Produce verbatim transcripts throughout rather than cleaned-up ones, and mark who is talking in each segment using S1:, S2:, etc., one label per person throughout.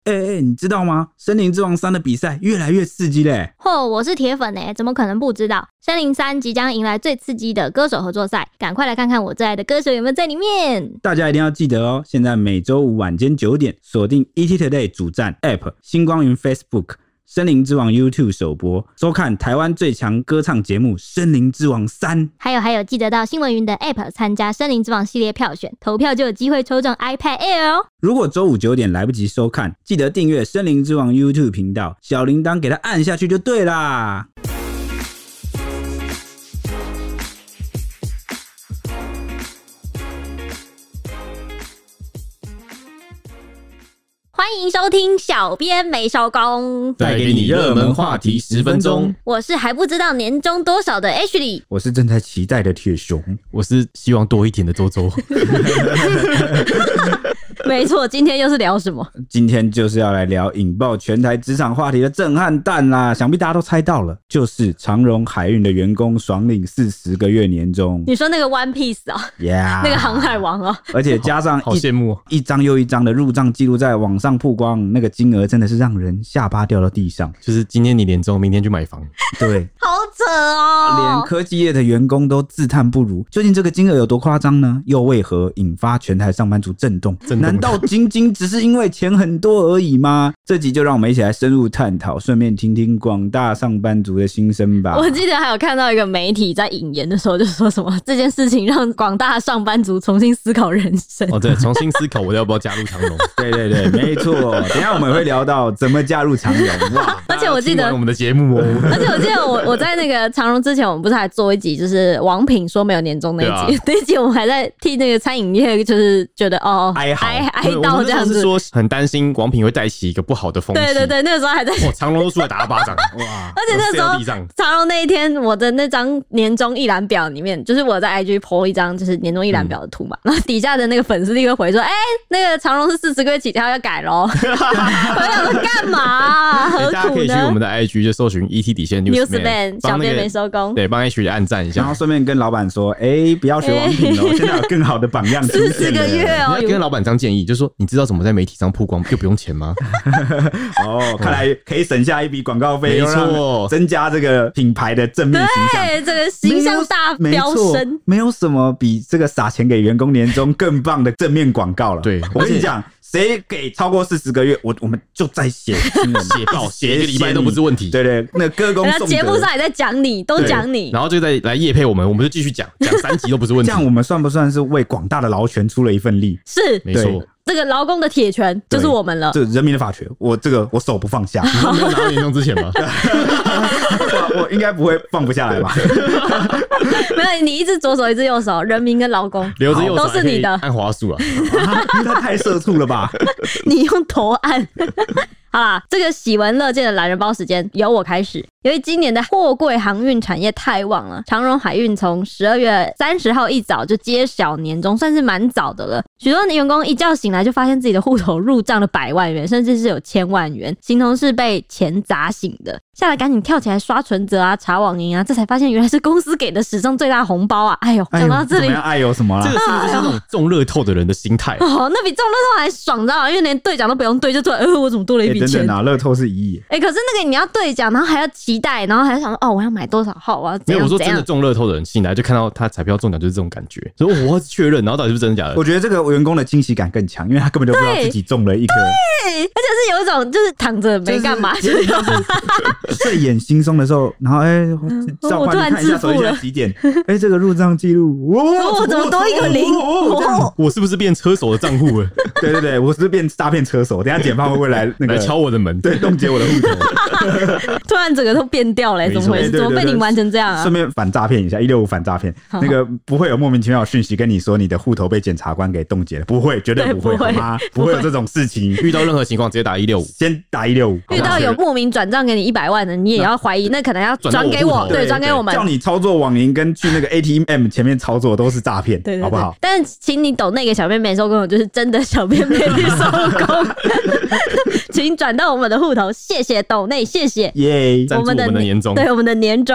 S1: 哎、欸欸、你知道吗？森林之王三的比赛越来越刺激嘞！
S2: 嚯、我是铁粉欸，怎么可能不知道？森林三即将迎来最刺激的歌手合作赛，赶快来看看我最爱的歌手有没有在里面。
S1: 大家一定要记得哦，现在每周五晚间九点，锁定 E T Today 主站 App、星光云 Facebook、森林之王 YouTube 首播，收看台湾最强歌唱节目《森林之王三》。
S2: 还有还有，记得到新闻云的 App 参加森林之王系列票选，投票就有机会抽中 iPad Air 哦。
S1: 如果周五九点来不及收看，记得订阅森林之王 YouTube 频道，小铃铛给它按下去就对啦。
S2: 欢迎收听小编没收工，
S3: 带给你热门话题十分钟。
S2: 我是还不知道年终多少的 Ashley，
S1: 我是正在期待的铁熊，
S3: 我是希望多一点的周周。
S2: 没错，今天又是聊什么？
S1: 今天就是要来聊引爆全台职场话题的震撼弹啦！想必大家都猜到了，就是长荣海运的员工爽领四十个月年终。
S2: 你说那个 One Piece 啊、喔
S1: yeah ，
S2: 那个航海王哦、喔，
S1: 而且加上
S3: 好羡慕、喔、
S1: 一张又一张的入账记录在网上曝光，那个金额真的是让人下巴掉到地上。
S3: 就是今天你年终，明天就买房。
S1: 对，
S2: 好扯哦！
S1: 连科技业的员工都自叹不如。究竟这个金额有多夸张呢？又为何引发全台上班族震动？
S3: 震动
S1: 难道仅仅只是因为钱很多而已吗？这集就让我们一起来深入探讨，顺便听听广大上班族的心声吧。
S2: 我记得还有看到一个媒体在引言的时候就说什么这件事情让广大上班族重新思考人生。
S3: 哦，对，重新思考我要不要加入长荣。
S1: 对对对，没错。等一下我们会聊到怎么加入长荣。哇！
S2: 而且我记得
S3: 我们的节目哦，
S2: 而且我记得我我在那个长荣之前，我们不是还做一集，就是王品说没有年终那一集，啊、那一集我们还在替那个餐饮业，就是觉得哦
S1: 哀嚎
S2: 哀哀悼这样子。
S3: 是说很担心王品会带起一个不好的风气。
S2: 对对对，那个时候还在。
S3: 哇，长荣都出来打他巴掌。哇！
S2: 而且那时候长荣那一天，我的那张年终一览表里面，就是我在 I G po 一张就是年终一览表的图嘛，嗯、然后底下的那个粉丝立刻回说：“哎、欸，那个长荣是四十个月起跳要改咯。”我想说干嘛、啊？何苦呢？
S3: 大家可以去我们的 I G 就搜寻 E T 底线
S2: Newsman， 小编没收工，
S3: 对，帮 H 按赞一下，
S1: 然后顺便跟老板说：“哎、欸，不要学王品哦，欸、现在有更好的榜样出现了。”
S2: 四十个月哦，
S3: 你要跟老板这样建议，就说你知道怎么在媒体上曝光又不用钱吗？
S1: 哦，看来可以省下一笔广告费，
S3: 没错，
S1: 增加这个品牌的正面形象，
S2: 对，这个形象大飙升。
S1: 没有什么比这个撒钱给员工年终更棒的正面广告了。
S3: 对，
S1: 我跟你讲。谁给超过四十个月，我我们就再写新闻
S3: 写报，写一个礼拜都不是问题。
S1: 对对，那歌功颂德，
S2: 节目上也在讲你，都讲你，
S3: 然后就再来业配我们，我们就继续讲，讲三集都不是问题。
S1: 这样我们算不算是为广大的劳权出了一份力？
S2: 是，
S3: 没错。
S2: 这个劳工的铁拳就是我们了，
S1: 这人民的法权，我这个我手不放下。
S3: 你说没有拿到年终之前吗？
S1: 我应该不会放不下来吧？
S2: 没有，你一只左手一只右手，人民跟劳工
S3: 留着右手
S2: 都是你的，
S3: 按滑鼠啊！
S1: 他太社畜了吧？
S2: 你用头按。好啦，这个喜闻乐见的懒人包时间由我开始。由于今年的货柜航运产业太旺了，长荣海运从十二月三十号一早就揭晓年终，算是蛮早的了。许多员工一觉醒来就发现自己的户头入账了百万元，甚至是有千万元，形同是被钱砸醒的。下来赶紧跳起来刷存折啊，查网银啊，这才发现原来是公司给的史上最大红包啊！哎呦，讲到这里，
S1: 哎呦什么啦？
S3: 这个是不是就是那种中乐透的人的心态？
S2: 哦，那比中乐透还爽，知道吗？因为连兑奖都不用兑，就突然，呃，我怎么多了一笔钱？
S1: 欸、等等啊，乐透是一亿。
S2: 哎、欸，可是那个你要兑奖，然后还要期待，然后还要想说，哦，我要买多少号，我要怎样？
S3: 没有，我说真的中乐透的人醒来就看到他彩票中奖就是这种感觉，所以我要确认，然后到底是不是真的假的？
S1: 我觉得这个员工的惊喜感更强，因为他根本就不知道自己中了一个，
S2: 对，而且是有一种就是躺着没干嘛，就是、就是、
S1: 睡眼惺忪的时候，然后哎，照、欸、
S2: 我突然
S1: 看一下手机现在几点？哎、欸，这个入账记录，
S2: 我我怎么多一个零？
S3: 我是不是变车手的账户了？
S1: 对对对，我是变诈骗车手。等一下检方会不会来那个
S3: 来敲我的门？
S1: 对，冻结我的户头。
S2: 突然整个都变掉了、欸，怎么回事？怎么被你玩成这样啊？
S1: 顺便反诈骗一下，一六五反诈骗，那个不会有莫名其妙的讯息跟你说你的户头被检察官给冻结了，不会，绝对不会，好吗？不会有这种事情。
S3: 遇到任何情况直接打一六五，
S1: 先打一六五。
S2: 遇到有莫名转账给你一百万的，你也要怀疑，那可能要转给我，对，转给我们。
S1: 叫你操作网银跟去那个 A T M 前面操作都是诈骗，好不好？
S2: 但请你抖那个小编没收工，就是真的小编没收工，请转到我们的户头，谢谢抖内，谢谢，
S1: 耶，
S3: 赞助我们的年终，
S2: 对我们的年终。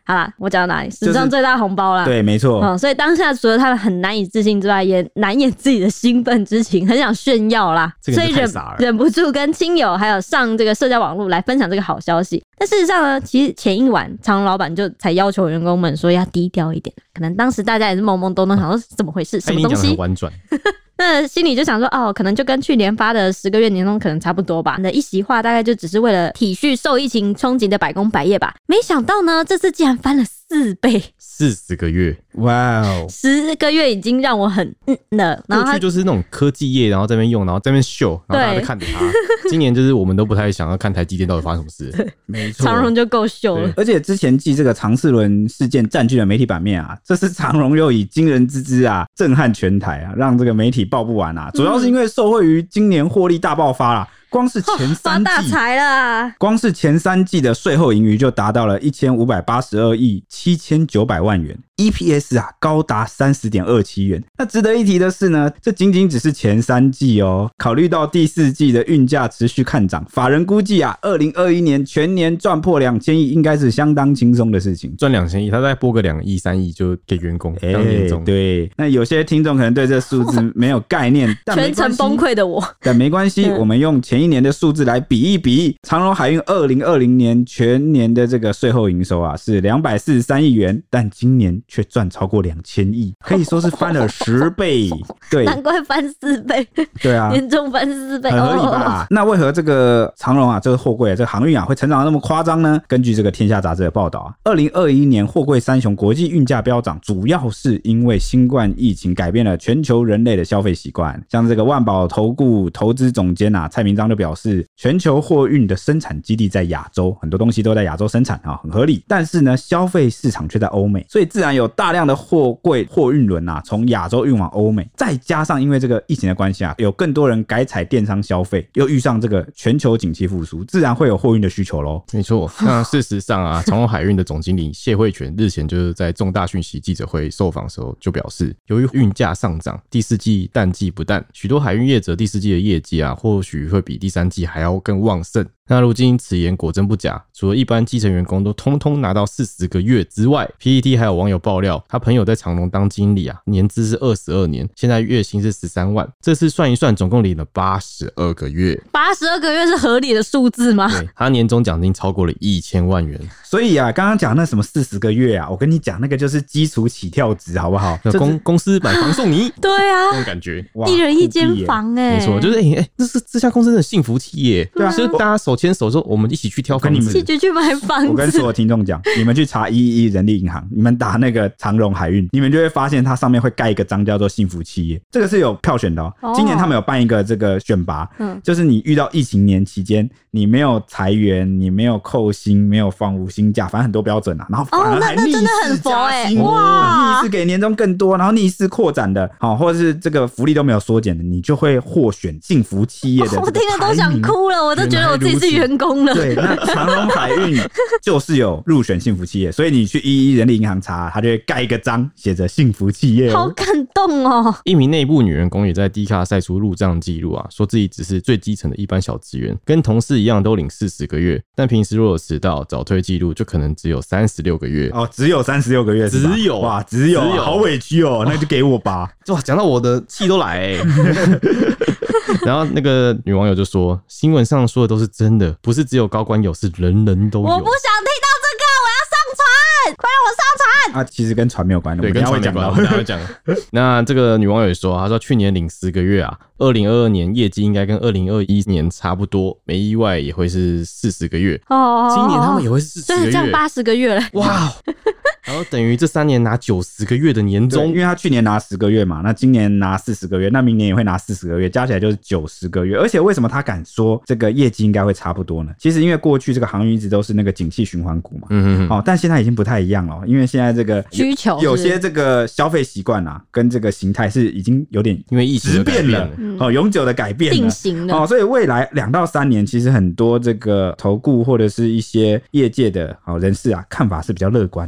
S2: 好啦，我讲到哪里？史上最大红包啦。
S1: 对，没错。
S2: 嗯，所以当下除了他们很难以置信之外，也难掩自己的兴奋之情，很想炫耀啦。
S3: 这个
S2: 所以忍忍不住跟亲友还有上这个社交网络来分享这个好消息。但事实上呢，其实前一晚长荣老板就才要求员工们说要低调一点，可能当时大家也是懵懵懂懂，想说怎么回事，什么东西？
S3: 很婉转。
S2: 那心里就想说，哦，可能就跟去年发的十个月年终可能差不多吧。你的一席话大概就只是为了体恤受疫情冲击的百工百业吧。没想到呢，这次竟然翻了四倍，
S3: 四十个月，
S1: 哇哦！
S2: 十个月已经让我很嗯了。然后
S3: 过去就是那种科技业，然后在那边用，然后在那边秀，然后大家在看着他。今年就是我们都不太想要看台积电到底发生什么事。
S1: 没错，
S2: 长荣就够秀了。
S1: 而且之前继这个长四轮事件占据了媒体版面啊，这次长荣又以惊人之姿啊震撼全台啊，让这个媒体报不完啊。主要是因为受惠于今年获利大爆发啦。光是前三季、哦、
S2: 发大财了，
S1: 光是前三季的税后盈余就达到了一千五百八十二亿七千九百万元 ，E P S 啊高达 三十点二七元。那值得一提的是呢，这仅仅只是前三季哦。考虑到第四季的运价持续看涨，法人估计啊，二零二一年全年赚破两千亿应该是相当轻松的事情。
S3: 赚两千亿，他再拨个两亿、三亿就给员工当年终、
S1: 欸。对，那有些听众可能对这数字没有概念，但
S2: 全程崩溃的我，
S1: 但没关系，我们用前一年的数字来比一比。长荣海运二零二零年全年的这个税后营收啊是两百四十三亿元，但今年却赚超过两千亿，可以说是翻了十倍。对，
S2: 难怪翻四倍。
S1: 对啊，
S2: 年终翻四倍，
S1: 很合理吧？哦、那为何这个长荣啊，这个货柜、啊、这个航运啊，会成长得那么夸张呢？根据这个《天下》杂志的报道啊，二零二一年货柜三雄国际运价飙涨，主要是因为新冠疫情改变了全球人类的消费习惯。像这个万宝投顾投资总监啊蔡明章就表示，全球货运的生产基地在亚洲，很多东西都在亚洲生产啊，很合理。但是呢，消费市场却在欧美，所以自然有大量的货柜货运轮啊从亚洲运往欧美。再加上因为这个疫情的关系啊，有更多人改采电商消费，又遇上这个全球景气复苏，自然会有货运的需求咯。
S3: 没错，那事实上啊，长荣海运的总经理谢慧全日前就是在重大讯息记者会受访的时候就表示，由于运价上涨，第四季淡季不淡，许多海运业者第四季的业绩啊，或许会比第三季还要更旺盛。那如今此言果真不假，除了一般基层员工都通通拿到四十个月之外， P T T 还有网友爆料，他朋友在长荣当经理啊，年资是二十二年，现在月薪是十三万，这次算一算总共领了八十二个月。
S2: 八十二个月是合理的数字吗？
S3: 对，他年终奖金超过了一千万元。
S1: 所以啊，刚刚讲那什么四十个月啊，我跟你讲，那个就是基础起跳值，好不好？
S3: 公、就是、公司买房送你，
S2: 对啊，
S3: 那种感觉，
S2: 一人一间房哎、欸，
S3: 没错，就是哎哎、欸，这是这家公司的幸福企业，对啊，就是大家手牵手说，我们一起去挑房子，
S2: 一起去买房子。
S1: 我跟所有听众讲，你们去查一一一人力银行，你们打那个长荣海运，你们就会发现它上面会盖一个章叫做幸福企业，这个是有票选的哦。哦今年他们有办一个这个选拔，嗯，就是你遇到疫情年期间，你没有裁员，你没有扣薪，没有放无薪假，反正很多标准啊，然后反而还逆势加薪，哇，逆势给年终更多，然后逆势扩展的，好，或者是这个福利都没有缩减的，你就会获选幸福企业的这个排名。
S2: 我听了都想哭了，我都觉得我自己是员工了。
S1: 对，那长荣海运就是有入选幸福企业，所以你去一一人力银行查，他就会盖一个章，写着幸福企业、哦。
S2: 好感动哦！
S3: 一名内部女员工也在 D 卡晒出入账记录啊，说自己只是最基层的一般小职员，跟同事一样都领四十个月，但平时如果迟到早退记录，就可能只有三十六个月。
S1: 哦，只有三十六个月是吧，
S3: 只有
S1: 哇，只有，只有好委屈哦，那就给我吧。
S3: 哇，讲到我的气都来哎、欸。然后那个女网友就说，新闻上说的都是真的，不是只有高官有，是人人都有。
S2: 我不想听到这个，我要上传，快让我上传。
S1: 啊，其实跟船没有关的，
S3: 对，跟船没关，我们等一下会讲。那这个女网友也说，她说去年领十个月啊，二零二二年业绩应该跟二零二一年差不多，没意外也会是四十个月。哦，今年他们也会是四十个月，
S2: 所以这样八十个月了。
S3: 哇！然后等于这三年拿九十个月的年终，
S1: 因为他去年拿十个月嘛，那今年拿四十个月，那明年也会拿四十个月，加起来就是九十个月。而且为什么他敢说这个业绩应该会差不多呢？其实因为过去这个航运一直都是那个景气循环股嘛，嗯嗯，哦，但现在已经不太一样了，因为现在这个
S2: 需求
S1: 有些这个消费习惯啊，跟这个形态是已经有点
S3: 因为疫情
S1: 质变了，嗯、哦，永久的改变了，
S2: 定型了，
S1: 哦，所以未来两到三年，其实很多这个投顾或者是一些业界的好人士啊，看法是比较乐观的，觉得哎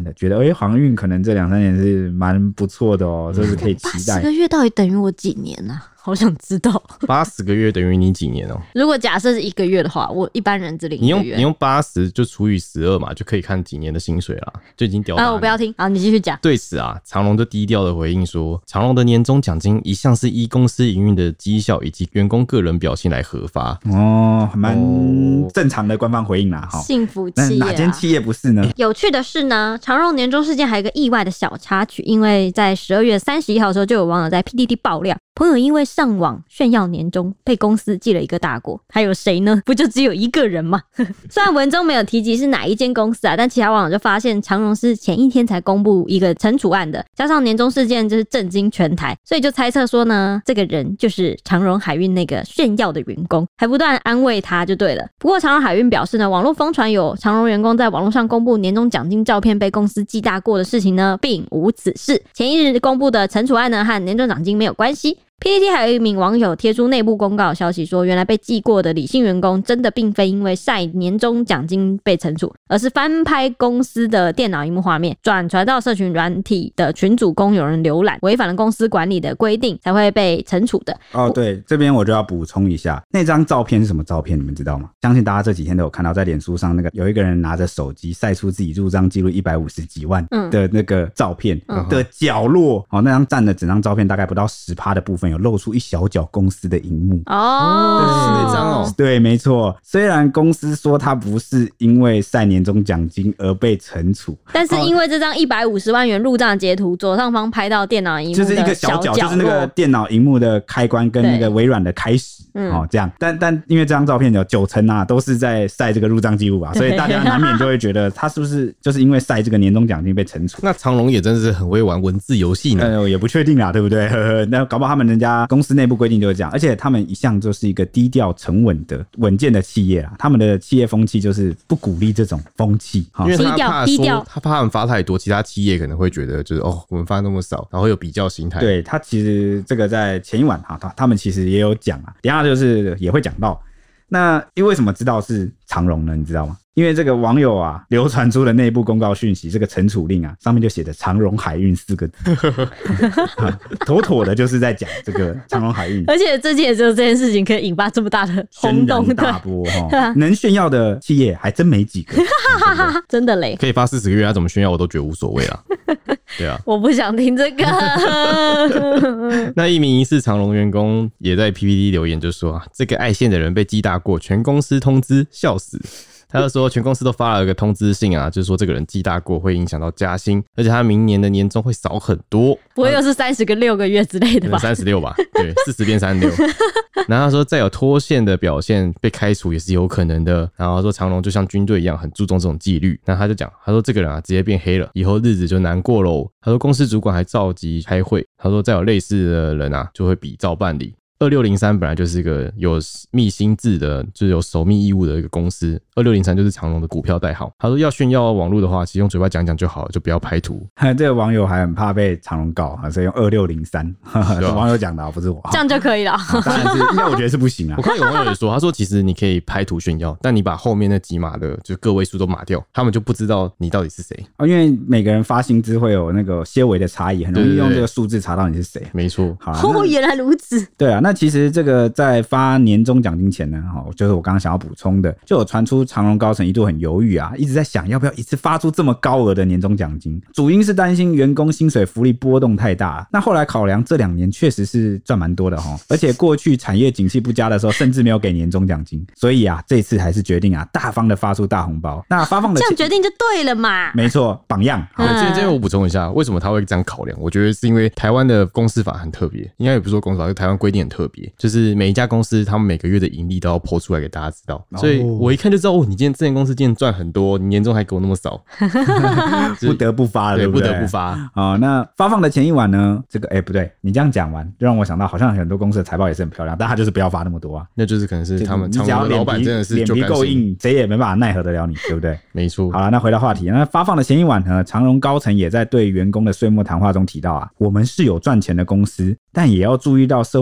S1: 哎，航运可能这两三年是蛮不错的哦，这是可以期待。
S2: 八十个月到底等于我几年啊？好想知道。
S3: 八十个月等于你几年哦？
S2: 如果假设是一个月的话，我一般人只领一个月。
S3: 你用你用八十就除以十二嘛，就可以看几年的薪水啦，就已经屌打你。
S2: 啊，我不要听，好，你继续讲。
S3: 对此啊，长荣就低调的回应说，长荣的年终奖金一向是依公司营运的绩效以及员工个人表现来核发。
S1: 哦，蛮正常的官方回应啦。
S2: 幸福企业、啊，
S1: 哪间企业不是呢？
S2: 有趣的是呢，长荣年终事件还有一个意外的小插曲，因为在十二月三十一号的时候，就有网友在 P T T 爆料，朋友因为上网炫耀年终，被公司记了一个大过。还有谁呢？不就只有一个人吗？虽然文中没有提及是哪一间公司啊，但其他网友就发现长荣是前一天才公布一个惩处案的，加上年终事件就是震惊全台，所以就猜测说呢，这个人就是长荣海运那个炫耀的员工，还不断安慰他就对了。不过长荣海运表示呢，网络疯传有长荣员工在网络上公布年终奖金照片被公司记大过的事情呢，并无此事。前一日公布的惩处案呢，和年终奖金没有关系。P T T 还有一名网友贴出内部公告的消息说，原来被记过的李姓员工真的并非因为晒年终奖金被惩处，而是翻拍公司的电脑萤幕画面，转传到社群软体的群组供有人浏览，违反了公司管理的规定才会被惩处的。
S1: 哦，对，这边我就要补充一下，那张照片是什么照片？你们知道吗？相信大家这几天都有看到，在脸书上那个有一个人拿着手机晒出自己入账记录一百五十几万的那个照片的角落，嗯、哦，那张占了整张照片大概不到 百分之十 的部分。有露出一小角公司的萤幕
S2: 哦，
S3: 是那张哦，
S1: 对，没错。虽然公司说他不是因为晒年终奖金而被惩处，
S2: 但是因为这张一百五十万元入账截图，左上方拍到电脑萤幕的
S1: 就是一个小角，就是那个电脑萤幕的开关跟那个微软的开始，哦，这样。但但因为这张照片有九成啊都是在晒这个入账记录啊，所以大家难免就会觉得他是不是就是因为晒这个年终奖金被惩处？
S3: 那长荣也真是很会玩文字游戏呢。
S1: 呃，也不确定啦，对不对？呵呵，那搞不好他们人家公司内部规定就是这样，而且他们一向就是一个低调沉稳的稳健的企业啦，他们的企业风气就是不鼓励这种风气，
S3: 因为他怕说他怕他们发太多，其他企业可能会觉得就是哦，我们发那么少，然后有比较心态。
S1: 对，他其实这个在前一晚哈，他们其实也有讲啊，等一下就是也会讲到。那因为什么知道是长荣呢？你知道吗？因为这个网友啊流传出的内部公告讯息，这个惩处令啊上面就写着长荣海运四个字妥妥的就是在讲这个长荣海运。
S2: 而且这也只有这件事情可以引发这么大的轰动
S1: 大波齁能炫耀的企业还真没几个
S2: 真的嘞，
S3: 可以发四十个月他怎么炫耀我都觉得无所谓啦对啊，
S2: 我不想听这个
S3: 那一名疑似长荣员工也在 P P T 留言就说啊，这个爱现的人被记大过，全公司通知，笑死。他就说全公司都发了一个通知信啊，就是说这个人记大过会影响到加薪，而且他明年的年终会少很多。
S2: 不会又是三十个六个月之类的吧？
S3: 三十六吧，对，四十变三十六。然后他说再有脱线的表现被开除也是有可能的。然后他说长荣就像军队一样很注重这种纪律。那他就讲，他说这个人啊直接变黑了，以后日子就难过喽。他说公司主管还召集开会，他说再有类似的人啊就会比照办理。二六零三本来就是一个有密薪制的，就是有守密义务的一个公司。二六零三就是长荣的股票代号。他说要炫耀网络的话，其实用嘴巴讲讲就好了，就不要拍图。
S1: 这个网友还很怕被长荣告，所以用二六零三。是网友讲的、啊，不是我。
S2: 这样就可以了。
S1: 当然是，应该我觉得是不行啊。
S3: 我看有网友也说，他说其实你可以拍图炫耀，但你把后面那几码的就个位数都码掉，他们就不知道你到底是谁。
S1: 哦，因为每个人发薪资会有那个些微的差异，很容易用这个数字查到你是谁。
S3: 没错。
S1: 好，
S2: 哦，原来如此。
S1: 对啊，那其实这个。在发年终奖金前呢，就是我刚刚想要补充的，就有传出长荣高层一度很犹豫啊，一直在想要不要一次发出这么高额的年终奖金，主因是担心员工薪水福利波动太大。那后来考量这两年确实是赚蛮多的齁，而且过去产业景气不佳的时候甚至没有给年终奖金，所以啊这一次还是决定啊大方的发出大红包。那发放的
S2: 这样决定就对了嘛，
S1: 没错，榜样。
S3: 好，这边这边我补充一下，为什么他会这样考量？我觉得是因为台湾的公司法很特别，应该也不是说公司法，是台湾规定很特别，就是每一家公司他们每个月的盈利都要po出来给大家知道，所以我一看就知道哦，你今天这间公司今天赚很多，你年终还给我那么少，
S1: 不得不发了，对不对？
S3: 不得不发。
S1: 好、哦，那发放的前一晚呢？这个哎、欸、不对，你这样讲完，就让我想到，好像很多公司的财报也是很漂亮，但他就是不要发那么多啊。
S3: 那就是可能是他们长荣的老板真的是
S1: 脸皮够硬，谁也没办法奈何得了你，对不对？
S3: 没错。
S1: 好了，那回到话题，那发放的前一晚呢，长荣高层也在对员工的岁末谈话中提到啊，我们是有赚钱的公司，但也要注意到社会上其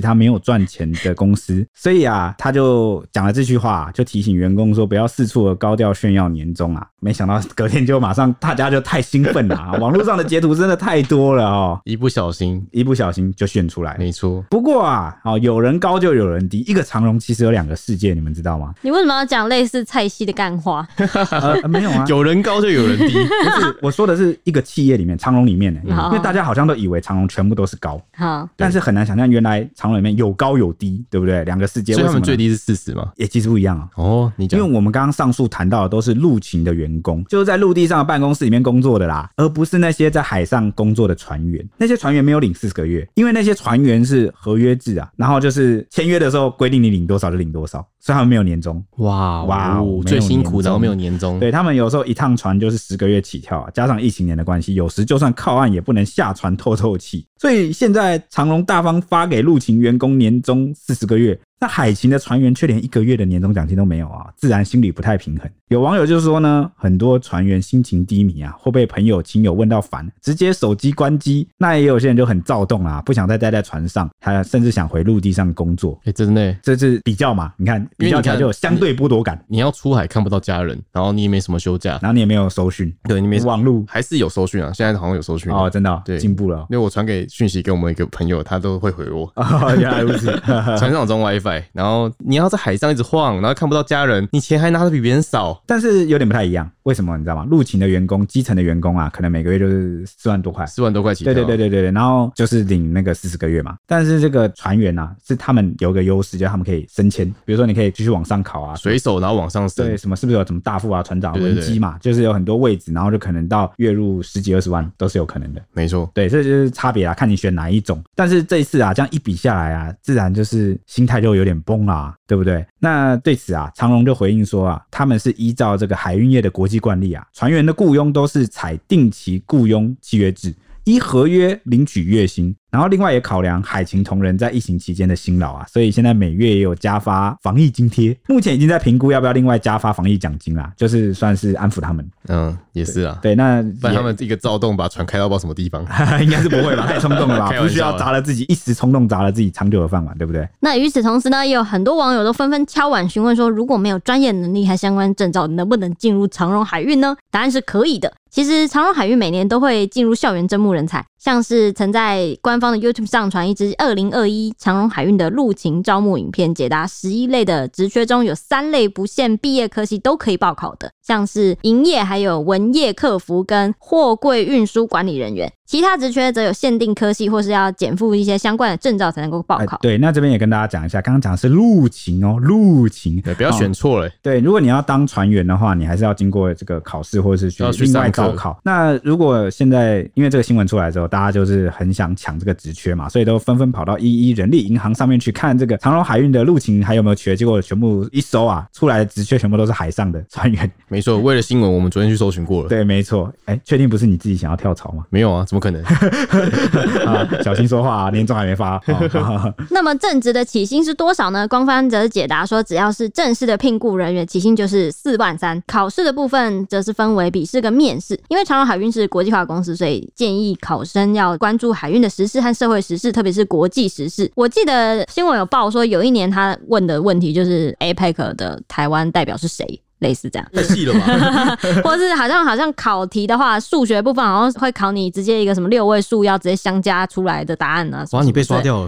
S1: 他没有赚钱的公司，所以啊，他就讲了这句话，就提醒员工说不要四处的高调炫耀年终啊。没想到隔天就马上大家就太兴奋了、啊，网络上的截图真的太多了哦，
S3: 一不小心，
S1: 一不小心就炫出来。
S3: 没错。
S1: 不过啊，哦，有人高就有人低，一个长荣其实有两个世界，你们知道吗？
S2: 你为什么要讲类似蔡西的干话？
S1: 呃，没有啊，
S3: 有人高就有人低，
S1: 不是，我说的是一个企业里面，长荣里面、欸，因为大家好像都以为长荣全部都是高，
S2: 好，
S1: 但是很难想象原来长荣里面有高有低，对不对？两个世界，
S3: 所以他们最
S1: 低
S3: 低是四十吗？
S1: 也其实不一样啊。
S3: 哦，你讲，
S1: 因为我们刚刚上述谈到的都是陆勤的员工，就是在陆地上的办公室里面工作的啦，而不是那些在海上工作的船员。那些船员没有领四十个月，因为那些船员是合约制啊，然后就是签约的时候规定你领多少就领多少，所以他们没有年终。
S3: 哇
S1: 哇、
S3: 哦，最辛苦，然后没有年终。
S1: 对，他们有时候一趟船就是十个月起跳啊，加上疫情年的关系，有时就算靠岸也不能下船透透气。所以现在长荣大方发给陆勤员工年终四十个月，那海勤的船员却连一个月的年终奖金都没有啊，自然心里不太平衡。有网友就说呢，很多船员心情低迷啊，或被朋友亲友问到烦，直接手机关机。那也有些人就很躁动啊，不想再待在船上，他甚至想回陆地上工作。
S3: 哎、欸，真的，
S1: 这是比较嘛？你看比较起来就有相对剥夺感。
S3: 你, 你要出海看不到家人，然后你也没什么休假，
S1: 然后你也没有收讯，
S3: 对你没
S1: 网路
S3: 还是有收讯啊？现在好像有收讯
S1: 哦，真的、哦、
S3: 对，
S1: 进步了、哦。
S3: 因为我传给讯息给我们一个朋友，他都会回我。
S1: 哦，原来如此。
S3: 船上有装 WiFi， 然后你要在海上一直晃，然后看不到家人，你钱还拿得比别人少，
S1: 但是有点不太一样。为什么你知道吗？陆勤的员工、基层的员工啊，可能每个月就是四万多块，
S3: 四万多块起跳。
S1: 对对对对对，然后就是领那个四十个月嘛。但是这个船员啊，是他们有个优势，就是他们可以升迁。比如说你可以继续往上考啊，
S3: 水手然后往上升。
S1: 对，什么是不是有什么大副啊、船长、文机嘛？就是有很多位置，然后就可能到月入十几二十万都是有可能的。
S3: 没错，
S1: 对，这就是差别啊，看你选哪一种。但是这一次啊，这样一比下来啊，自然就是心态就有点崩啦，对不对？那对此啊，长荣就回应说啊，他们是依照这个海运业的国际惯例啊，船员的雇佣都是采定期雇佣契约制，依合约领取月薪。然后另外也考量海勤同仁在疫情期间的辛劳啊，所以现在每月也有加发防疫津贴，目前已经在评估要不要另外加发防疫奖金啦，就是算是安抚他们。
S3: 嗯，也是啊。
S1: 对，那
S3: 不然他们一个躁动把船开到不知道什么地方，
S1: 应该是不会吧？太冲动了吧？不需要砸了自己一时冲动砸了自己长久的饭碗，对不对？
S2: 那与此同时呢，也有很多网友都纷纷敲碗询问说，如果没有专业能力和相关证照，能不能进入长荣海运呢？答案是可以的。其实长荣海运每年都会进入校园征募人才，像是曾在官方的 YouTube 上传一支二零二一长荣海运的陆勤招募影片，解答十一类的职缺中有三类不限毕业科系都可以报考的，像是营业、还有文业客服跟货柜运输管理人员。其他职缺则有限定科系或是要减负一些相关的证照才能够报考。
S1: 哎、对，那这边也跟大家讲一下，刚刚讲的是陆勤哦，陆勤，
S3: 对，不要选错了、欸哦。
S1: 对，如果你要当船员的话，你还是要经过这个考试或者是去另外招考。那如果现在因为这个新闻出来之后，大家就是很想抢这个职缺嘛，所以都纷纷跑到一一人力银行上面去看这个长荣海运的陆勤还有没有缺，结果全部一搜啊，出来的职缺全部都是海上的船员。
S3: 没错，为了新闻，我们昨天去搜寻过了。
S1: 对，没错。哎，确定不是你自己想要跳槽吗？
S3: 没有啊，怎么可能？
S1: 啊、小心说话啊，年终还没发。哦、
S2: 那么正职的起薪是多少呢？官方则解答说，只要是正式的聘雇人员，起薪就是四万三。考试的部分则是分为笔试跟面试。因为长荣海运是国际化公司，所以建议考生要关注海运的时事和社会时事，特别是国际时事。我记得新闻有报说，有一年他问的问题就是 A P E C 的台湾代表是谁。类似这样，
S3: 太细了吧？
S2: 或是好像好像考题的话，数学部分好像会考你直接一个什么六位数要直接相加出来的答案呢、啊？
S3: 哇，你被刷掉了！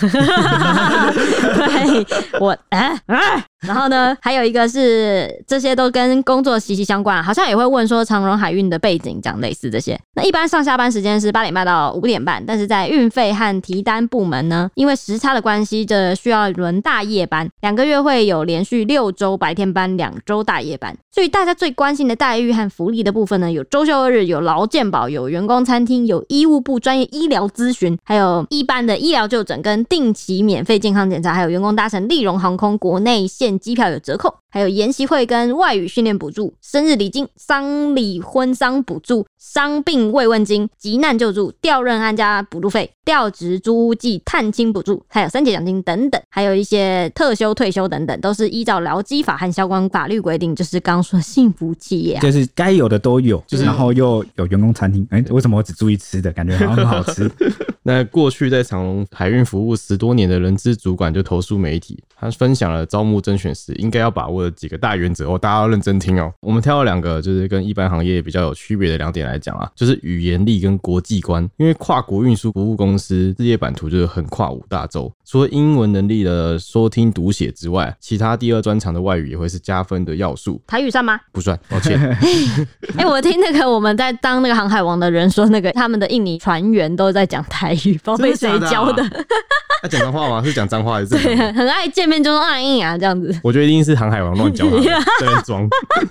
S2: 对，我啊啊！然后呢，还有一个是这些都跟工作息息相关，好像也会问说长荣海运的背景，这样类似这些。那一般上下班时间是八点半到五点半，但是在运费和提单部门呢，因为时差的关系，这需要轮大夜班，两个月会有连续六周白天班，两周大夜班。所以大家最关心的待遇和福利的部分呢，有周休二日，有劳健保，有员工餐厅，有医务部专业医疗咨询，还有一般的医疗就诊跟定期免费健康检查，还有员工搭乘立荣航空国内线机票有折扣。 还有研习会跟外语训练补助、生日礼金、丧礼婚丧补助、伤病慰问金、急难救助、调任安家补助费、调职租屋暨探亲补助，还有三节奖金等等，还有一些特休退休等等，都是依照劳基法和相关法律规定，就是刚刚说的幸福企业啊，
S1: 就是该有的都有，就是然后又有员工餐厅。哎、欸，为什么我只注意吃的？感觉好像很好吃。
S3: 那过去在长荣海运服务十多年的人资主管就投诉媒体，他分享了招募甄选时应该要把握的几个大原则哦，大家要认真听哦。我们挑了两个就是跟一般行业比较有区别的两点来讲啊，就是语言力跟国际观。因为跨国运输服务公司事业版图就是横跨五大洲，除了英文能力的说听读写之外，其他第二专长的外语也会是加分的要素。
S2: 台语算吗？
S3: 不算，抱歉。
S2: 哎、欸，我听那个我们在当那个航海王的人说，那个他们的印尼船员都在讲台语，不知道被谁教的。
S3: 他讲脏话吗？是讲脏话还是？
S2: 对，很爱见面就说啊印啊这样子。
S3: 我觉得一定是航海王乱教他的，在装。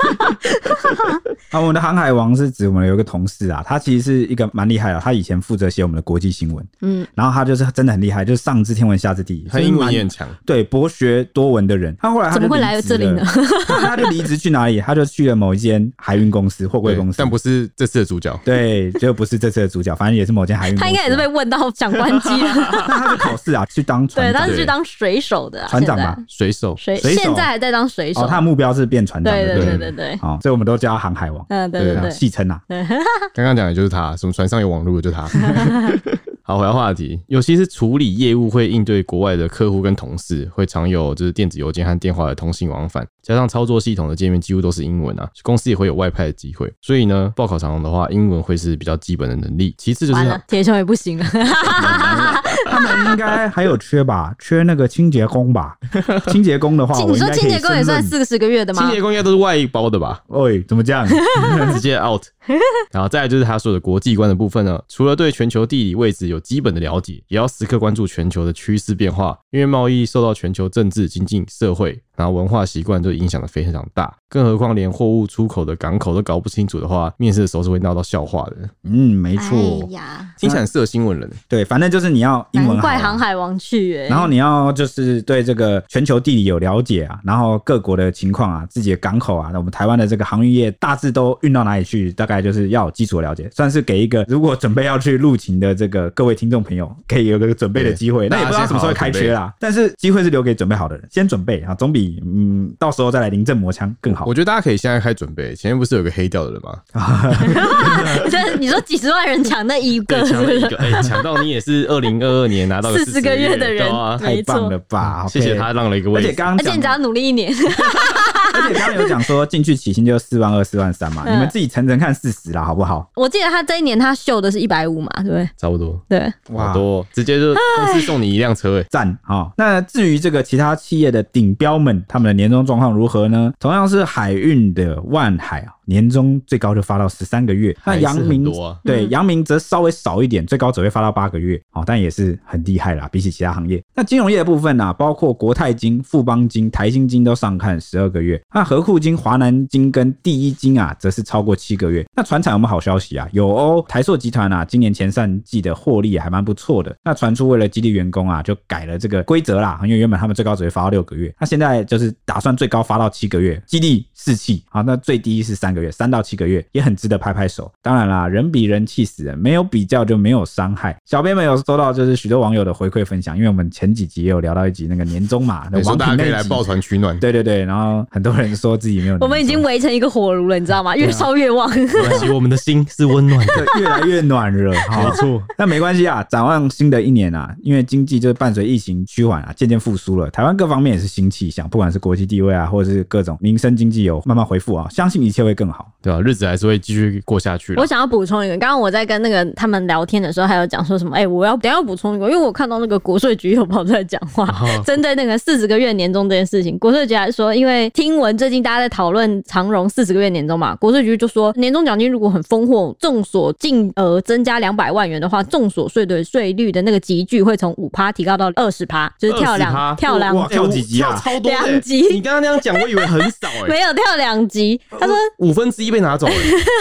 S1: 啊，我们的航海王是指我们有一个同事啊，他其实是一个蛮厉害的，他以前负责写我们的国际新闻，嗯，然后他就是真的很厉害，就是上知天文下知地理，
S3: 他英文也很强，
S1: 对，博学多闻的人。他后来他就
S2: 怎么会来这里呢？
S1: 他就离职去哪里？他就去了某一间海运公司、货柜公司，
S3: 但不是这次的主角。
S1: 对，就不是这次的主角，反正也是某间海运公司、啊。
S2: 他应该也是被问到想关机了。
S1: 那他是考试啊，去当船长。
S2: 对，他是去当水手的、啊，
S1: 船长吧？
S3: 水手，
S2: 水
S1: 水手
S2: 现在还在当水手。
S1: 哦，他的目标是变船长。
S2: 对对对对对。
S1: 好、哦，所以我们都叫他航海王。
S2: 嗯，对对对，
S1: 戏称啊。
S3: 刚刚讲的就是他，什么船上有网络的就是他。好，回到话题，尤其是处理业务会应对国外的客户跟同事，会常有就是电子邮件和电话的通信往返，加上操作系统的界面几乎都是英文啊，公司也会有外派的机会，所以呢，报考长荣的话，英文会是比较基本的能力。其次就是
S2: 完了，铁球也不行了。
S1: 他们应该还有缺吧，缺那个清洁工吧。清洁工的话，
S2: 你说清洁工也算四十个月的吗？
S3: 清洁工应该都是外包的吧？
S1: 喂，怎么这样？
S3: 直接 out。然后再来就是他说的国际观的部分呢，除了对全球地理位置有基本的了解，也要时刻关注全球的趋势变化，因为贸易受到全球政治、经济、社会，然后文化习惯都影响的非常大。更何况连货物出口的港口都搞不清楚的话，面试的时候是会闹到笑话的。
S1: 嗯，没错。
S2: 哎呀，
S3: 听起来很适合新闻人。
S1: 对，反正就是你要英文好、啊，
S2: 难怪航海王去哎、欸。
S1: 然后你要就是对这个全球地理有了解啊，然后各国的情况啊，自己的港口啊，我们台湾的这个航运业大致都运到哪里去，大概就是要有基础的了解，算是给一个如果准备要去陆勤的这个各位听众朋友，可以有个准备的机会。那也不知道什么时候会开缺啦，但是机会是留给准备好的人，先准备啊，总比嗯到时候再来临阵磨枪更好。
S3: 我觉得大家可以现在开准备，前面不是有个黑掉的人吗？
S2: 你说几十万人抢那一个，
S3: 抢了一个，哎、欸，抢到你也是二零二二年拿到
S2: 四十个月的人，
S1: 啊、太棒了吧！
S3: 谢谢他让了一个位置，
S1: 而且刚刚，
S2: 而且你只要努力一年。
S1: 而且刚刚有讲说进去起薪就四万二、四万三嘛，嗯、你们自己层层看四十啦，好不好？
S2: 我记得他这一年他秀的是一百五嘛，对不对？
S3: 差不多。
S2: 对，
S3: 哇，多，直接就公司送你一辆车，哎，
S1: 赞啊、哦！那至于这个其他企业的顶标们，他们的年终状况如何呢？同样是海运的万海啊。年终最高就发到十三个月，那阳明、啊、对阳明则稍微少一点，最高只会发到八个月，哦，但也是很厉害啦，比起其他行业。那金融业的部分啊，包括国泰金、富邦金、台新金都上看十二个月，那和库金、华南金跟第一金啊，则是超过七个月。那传产有没有好消息啊？有哦，台塑集团啊，今年前三季的获利还蛮不错的。那传出为了激励员工啊，就改了这个规则啦，因为原本他们最高只会发到六个月，那现在就是打算最高发到七个月，激励士气啊，那最低是三个月，三到七个月也很值得拍拍手。当然啦，人比人气死人，没有比较就没有伤害。小编们有收到就是许多网友的回馈分享，因为我们前几集也有聊到一集那个年终嘛，
S3: 你说大家可以来抱团取暖，
S1: 对对对，然后很多人说自己没有年终，
S2: 我们已经围成一个火炉了，你知道吗？越烧越旺。
S3: 其实我们的心是温暖的，
S1: 越来越暖热。没错，那没关系啊，展望新的一年啊，因为经济就是伴随疫情趋缓啊，渐渐复苏了，台湾各方面也是新气象，不管是国际地位啊，或者是各种民生经济有慢慢恢复啊，相信一切会更好，
S3: 对啊，日子还是会继续过下去。
S2: 我想要补充一个，刚刚我在跟那个他们聊天的时候，还有讲说什么，哎、欸，我要等一下要补充一个，因为我看到那个国税局有跑出来讲话，针、哦、对那个四十个月年终这件事情，国税局还说，因为听闻最近大家在讨论长荣四十个月年终嘛，国税局就说，年终奖金如果很丰厚，重所净额增加两百万元的话，重所税的税率的那个集聚会从 百分之五 提高到 百分之二十， 就是跳两跳两
S3: 哇跳几级啊？超多的、欸，
S2: 两级。
S3: 你刚刚那样讲，我以为很少哎、欸，
S2: 没有跳两级。他说
S3: 五分之一被拿走了。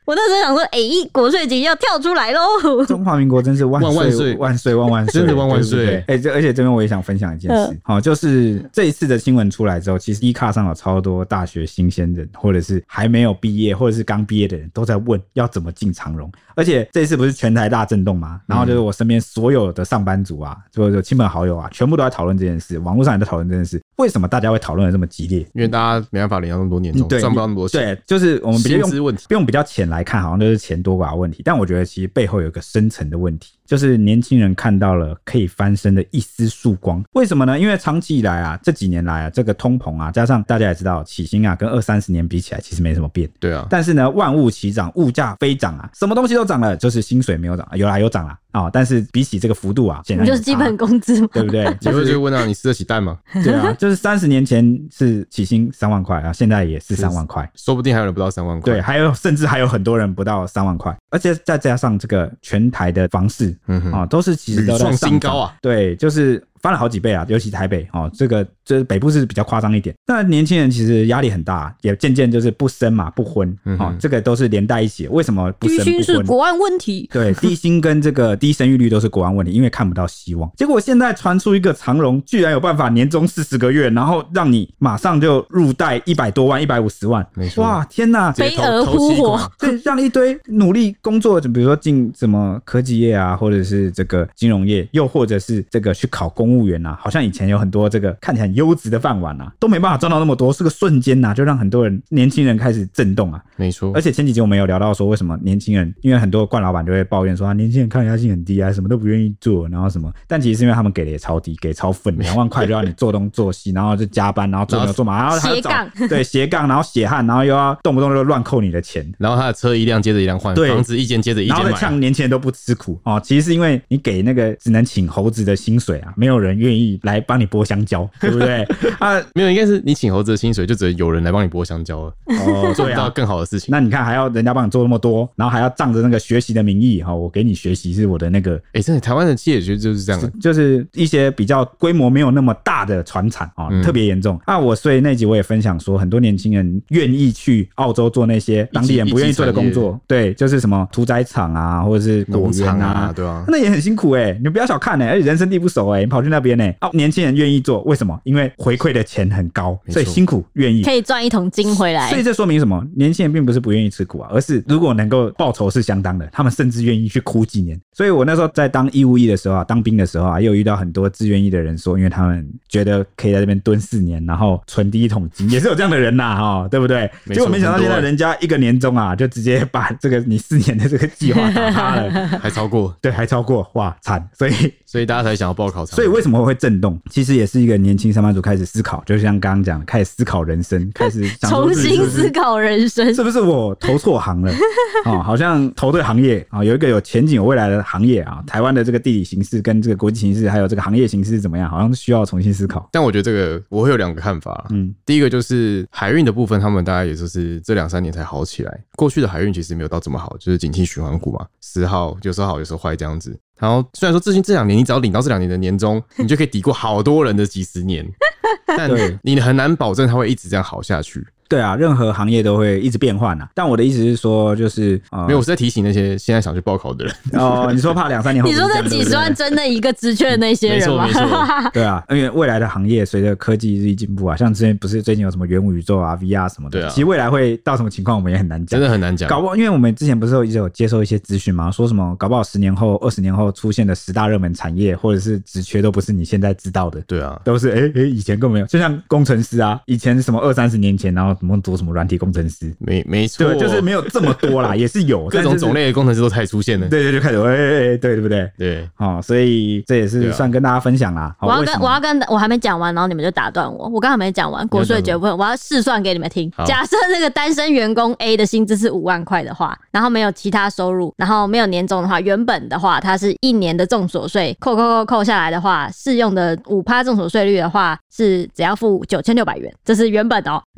S2: 我那时候想说，哎、欸，国税局要跳出来喽！
S1: 中华民国真是万
S3: 万万岁
S1: 岁万岁万万岁，
S3: 真的万万岁！
S1: 哎，这而且这边我也想分享一件事，好、嗯，就是这一次的新闻出来之后，其实 Dcard 上有超多大学新鲜人，或者是还没有毕业，或者是刚毕业的人都在问要怎么进长荣。而且这一次不是全台大震动嘛，然后就是我身边所有的上班族啊，就有亲朋好友啊，全部都在讨论这件事，网络上也在讨论这件事。为什么大家会讨论的这么激烈？
S3: 因为大家没办法领到那么多年终，赚不到那么多钱。
S1: 对，就是我们比较用
S3: 问题，
S1: 用比较浅来看，好像就是钱多寡的问题。但我觉得其实背后有一个深层的问题，就是年轻人看到了可以翻身的一丝曙光。为什么呢？因为长期以来啊，这几年来啊，这个通膨啊，加上大家也知道起薪啊，跟二三十年比起来其实没什么变。
S3: 对啊。
S1: 但是呢，万物齐涨，物价飞涨啊，什么东西都涨了，就是薪水没有涨，有啦有涨啦。哦，但是比起这个幅度啊，显然
S2: 就是基本工资嘛，
S1: 对不对？
S3: 就会就问啊，你吃得起蛋吗？
S1: 对啊，就是三十年前是起薪三万块啊，现在也是三万块，
S3: 说不定还有人不到三万块。
S1: 对，还有甚至还有很多人不到三万块，而且再加上这个全台的房市，嗯哼，啊，都是其实都在
S3: 创新高啊。
S1: 对，就是翻了好几倍啊，尤其台北哦，这个就是北部是比较夸张一点。那年轻人其实压力很大，也渐渐就是不生嘛，不婚，嗯哦，这个都是连带一起。为什么不生不婚？
S2: 低薪是国安问题。
S1: 对，低薪跟这个低生育率都是国安问题，因为看不到希望。结果现在传出一个长荣居然有办法年终四十个月，然后让你马上就入袋一百多万、一百五十万，
S3: 没错，
S1: 哇，天哪，
S2: 飞蛾扑火，
S1: 对，让一堆努力工作，就比如说进什么科技业啊，或者是这个金融业，又或者是这个去考公务员啊，好像以前有很多这个看起来很优质的饭碗啊，都没办法赚到那么多，是个瞬间呐、啊，就让很多人年轻人开始震动啊。
S3: 没错，
S1: 而且前几集我们有聊到说，为什么年轻人，因为很多惯老板就会抱怨说，啊，年轻人抗压性很低啊，什么都不愿意做，然后什么，但其实是因为他们给的也超低，给超分，两万块就让你做东做西，然后就加班，然后做牛做马，然后还要找斜杠，对斜杠，然后血汗，然后又要动不动就乱扣你的钱，
S3: 然后他的车一辆接着一辆换，房子一间接着一间买，
S1: 然后呛年轻人都不吃苦哦。其实是因为你给那个只能请猴子的薪水啊，没有人愿意来帮你剥香蕉，对不对？
S3: 啊，没有，应该是你请猴子的薪水，就只有人来帮你剥香蕉了，哦，做不到更好的事情。
S1: 那你看还要人家帮你做那么多，然后还要仗着那个学习的名义，哈，我给你学习是我的那个，
S3: 哎、欸，真的，台湾的企业觉得就是这样的，
S1: 就是一些比较规模没有那么大的传产啊、哦嗯，特别严重啊。我所以那集我也分享说，很多年轻人愿意去澳洲做那些当地人不愿意做的工作，对，就是什么屠宰场啊，或者是果园啊，
S3: 啊对啊，
S1: 那也很辛苦哎、欸，你不要小看哎、欸，而且人生地不熟哎、欸，你跑去那边哎、欸，啊，年轻人愿意做，为什么？因为回馈的钱很高，所以辛苦愿意，
S2: 可以赚一桶金回来。
S1: 所以这说明什么？年轻人并不是不愿意吃苦啊，而是如果能够报酬是相当的，他们甚至愿意去苦几年。所以我那时候在当义务役的时候啊，当兵的时候啊，也有遇到很多自愿役的人说，因为他们觉得可以在这边蹲四年，然后存第一桶金，也是有这样的人呐、啊，哈，对不对？结果没想到现在人家一个年终啊，就直接把这个你四年的这个计划打趴了，
S3: 还超过，
S1: 对，还超过，哇，惨！所以
S3: 所以大家才想要报考。
S1: 所以为什么会震动？其实也是一个年轻上班族开始思考，就像刚刚讲的，开始思考人生，开始想
S2: 重新思考人生，
S1: 是不是我投错行了？哦，好像投对行业啊、哦，有一个有前景、有未来的行业啊，台湾的这个地理形势跟这个国际形势，还有这个行业形势怎么样，好像需要重新思考。
S3: 但我觉得这个我会有两个看法，嗯，第一个就是海运的部分，他们大概也就是这两三年才好起来，过去的海运其实没有到这么好，就是景气循环股嘛，时好有时候好，有时候坏这样子。然后虽然说最近这两年你只要领到这两年的年终，你就可以抵过好多人的几十年，但你很难保证它会一直这样好下去。
S1: 对啊，任何行业都会一直变换啊。但我的意思是说，就是、呃、
S3: 没有，我是在提醒那些现在想去报考的人。
S1: 哦，你说怕两三年后，
S2: 你说那几十万真的一个职缺的那些人吗？
S3: 没错，没错。
S1: 对啊，因为未来的行业随着科技日益进步啊，像之前不是最近有什么元宇宙啊、V R 什么的，
S3: 对啊，
S1: 其实未来会到什么情况，我们也很难讲，
S3: 真的很难讲。
S1: 搞不好，因为我们之前不是有一直有接受一些资讯嘛，说什么搞不好十年后、二十年后出现的十大热门产业或者是职缺都不是你现在知道的。
S3: 对啊，
S1: 都是哎哎、欸欸、以前根本没有，就像工程师啊，以前什么二三十年前，然后什么读什么软体工程师，
S3: 没没错，
S1: 对，就是没有这么多啦，也是有
S3: 各种种类的工程师都开始出现了，
S1: 对对，就开始哎哎哎，对对不对？
S3: 对，
S1: 哦，所以这也是算跟大家分享啦。
S2: 我要跟我要跟我还没讲完，然后你们就打断我，我刚才没讲完国税局部分，我要试算给你们听。假设这个单身员工 A 的薪资是五万块的话，然后没有其他收入，然后没有年终的话，原本的话，它是一年的重所税扣扣扣扣下来的话，适用的五趴重所税率的话是只要付九千六百元，这是原本哦。然后如果他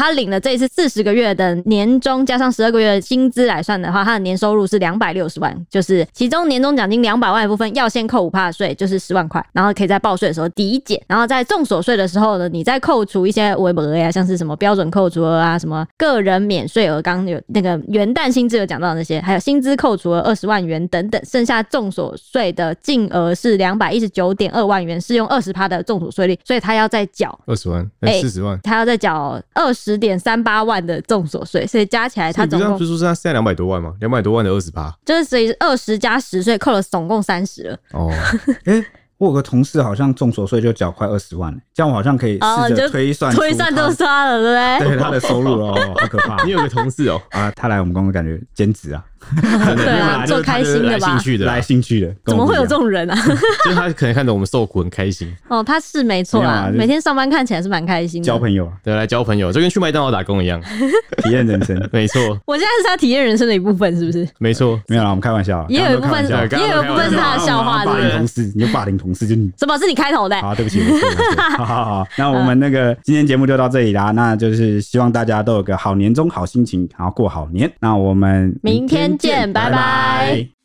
S2: 他领了这一次四十个月的年终加上十二个月的薪资来算的话，他的年收入是两百六十万，就是其中年终奖金两百万的部分要先扣 百分之五 的税，就是十万块，然后可以在报税的时候抵减，然后在综所税的时候呢，你再扣除一些微额呀，像是什么标准扣除额啊，什么个人免税额，刚刚有那个元旦薪资有讲到的那些，还有薪资扣除额二十万元等等，剩下综所税的净额是两百一十九点二万元，适用 百分之二十 的综所税率，所以他要再缴
S3: 二十万，哎、欸，四十万，
S2: 他要再缴二十点三八万的综所税，所以加起来他总共
S3: 不是说是他现在两百多万吗？两百多万的二十趴，
S2: 就是所以二十加十，所以扣了总共三十了。
S3: 哦，
S1: 哎、欸。我有个同事好像综所税就缴快二十万，这样我好像可以试着推算、哦、
S2: 推算就算了，对不对？
S1: 对他的收入哦，好可怕！
S3: 你有个同事哦，
S1: 啊，他来我们公司感觉兼职啊，
S2: 对啊，做开心的吧，
S3: 来兴趣的，
S1: 来兴趣的，
S2: 怎么会有这种人啊？
S3: 就是他可能看着我们受苦很开心。
S2: 哦，他是没错啦，啊、每天上班看起来是蛮开心的，
S1: 交朋友啊，
S3: 对，来交朋友，就跟去麦当劳打工一样，
S1: 体验人生，
S3: 没错。
S2: 我现在是他体验人生的一部分，是不是？
S3: 没错，
S1: 没有啦，我们开玩笑，
S2: 也有一部分是，也有一部分是他的笑话，对不对？
S1: 霸凌同事，你就霸凌同事，就你
S2: 什么是你开头的？
S1: 好，对不起，好好好，那我们那个今天节目就到这里啦，那就是希望大家都有个好年终、好心情，然后过好年。那我们
S2: 明天见，拜拜。